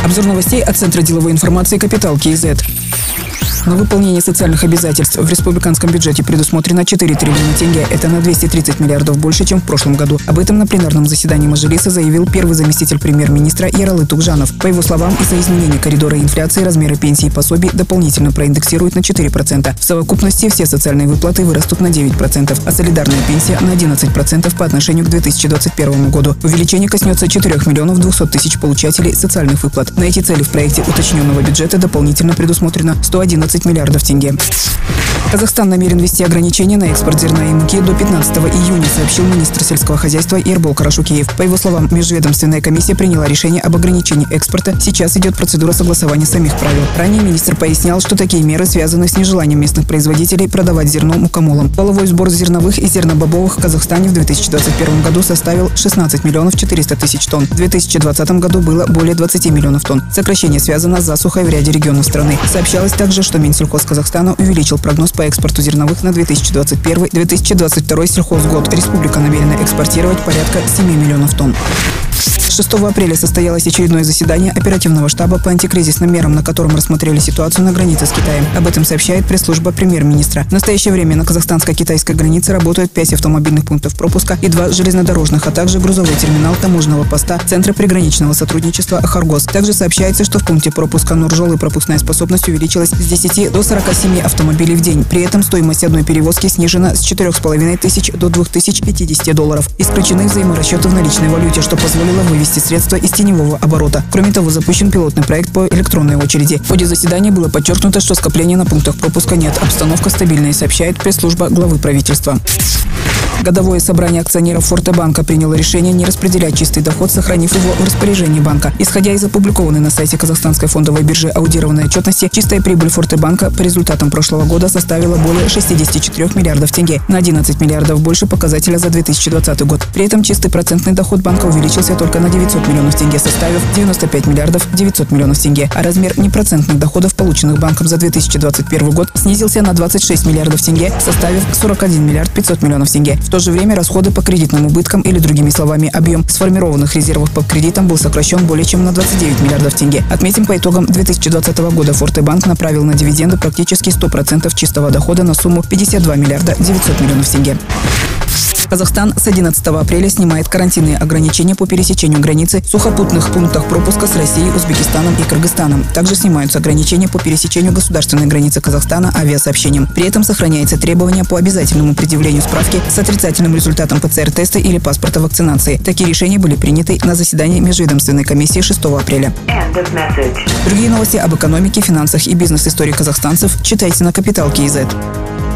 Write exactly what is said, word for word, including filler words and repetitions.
Обзор новостей от Центра деловой информации «Капитал КИЗ». На выполнение социальных обязательств в республиканском бюджете предусмотрено четыре триллиона тенге. Это на двести тридцать миллиардов больше, чем в прошлом году. Об этом на пленарном заседании Мажилиса заявил первый заместитель премьер-министра Яралы Тугжанов. По его словам, из-за изменения коридора инфляции размеры пенсий и пособий дополнительно проиндексируют на четыре процента. В совокупности все социальные выплаты вырастут на девять процентов, а солидарная пенсия на одиннадцать процентов по отношению к две тысячи двадцать первому году. Увеличение коснется четырёх миллионов двухсот тысяч получателей социальных выплат. На эти цели в проекте уточненного бюджета дополнительно предусмотрено сто одиннадцать миллиардов тенге. Казахстан намерен ввести ограничения на экспорт зерна и муки до пятнадцатого июня, сообщил министр сельского хозяйства Ербол Карашукеев. По его словам, межведомственная комиссия приняла решение об ограничении экспорта. Сейчас идет процедура согласования самих правил. Ранее министр пояснял, что такие меры связаны с нежеланием местных производителей продавать зерно мукомолам. Валовой сбор зерновых и зернобобовых в Казахстане в две тысячи двадцать первом году составил шестнадцать миллионов четыреста тысяч тонн. В две тысячи двадцатом году было более двадцати миллионов тонн. Сокращение связано с засухой в ряде регионов страны. Сообщалось также, что Минсельхоз Казахстана увеличил прогноз по экспорту зерновых на две тысячи двадцать первый — две тысячи двадцать второй сельхозгод. Республика намерена экспортировать порядка семи миллионов тонн. шестого апреля состоялось очередное заседание оперативного штаба по антикризисным мерам, на котором рассмотрели ситуацию на границе с Китаем. Об этом сообщает пресс-служба премьер-министра. В настоящее время на казахстанско-китайской границе работают пять автомобильных пунктов пропуска и два железнодорожных, а также грузовой терминал таможенного поста Центра приграничного сотрудничества Харгос. Также сообщается, что в пункте пропуска Нуржолы пропускная способность увеличилась с десяти до сорока семи автомобилей в день. При этом стоимость одной перевозки снижена с четырёх с половиной тысяч до двух тысяч пятидесяти долларов. Исключены взаиморасчеты в наличной валюте, что позволило вывести средства из теневого оборота. Кроме того, запущен пилотный проект по электронной очереди. В ходе заседания было подчеркнуто, что скопления на пунктах пропуска нет. Обстановка стабильная, сообщает пресс-служба главы правительства. Годовое собрание акционеров Фортебанка приняло решение не распределять чистый доход, сохранив его в распоряжении банка. Исходя из опубликованной на сайте Казахстанской фондовой биржи аудированной отчетности, чистая прибыль Фортебанка по результатам прошлого года составила более шестидесяти четырёх миллиардов тенге, на одиннадцать миллиардов больше показателя за две тысячи двадцатый год. При этом чистый процентный доход банка увеличился только на девятьсот миллионов тенге, составив девяносто пять миллиардов девятьсот миллионов тенге, а размер непроцентных доходов, полученных банком за две тысячи двадцать первый год, снизился на двадцать шесть миллиардов тенге, составив сорок один миллиард пятьсот миллионов тенге. В то же время расходы по кредитным убыткам, или другими словами, объем сформированных резервов по кредитам, был сокращен более чем на двадцать девять миллиардов тенге. Отметим, по итогам две тысячи двадцатого года Фортебанк направил на дивиденды практически сто процентов чистого дохода на сумму пятьдесят два миллиарда девятьсот миллионов тенге. Казахстан с одиннадцатого апреля снимает карантинные ограничения по пересечению границы в сухопутных пунктах пропуска с Россией, Узбекистаном и Кыргызстаном. Также снимаются ограничения по пересечению государственной границы Казахстана авиасообщением. При этом сохраняется требование по обязательному предъявлению справки с отрицательным результатом ПЦР-теста или паспорта вакцинации. Такие решения были приняты на заседании межведомственной комиссии шестого апреля. Другие новости об экономике, финансах и бизнес-истории казахстанцев читайте на Капитал КИЗ.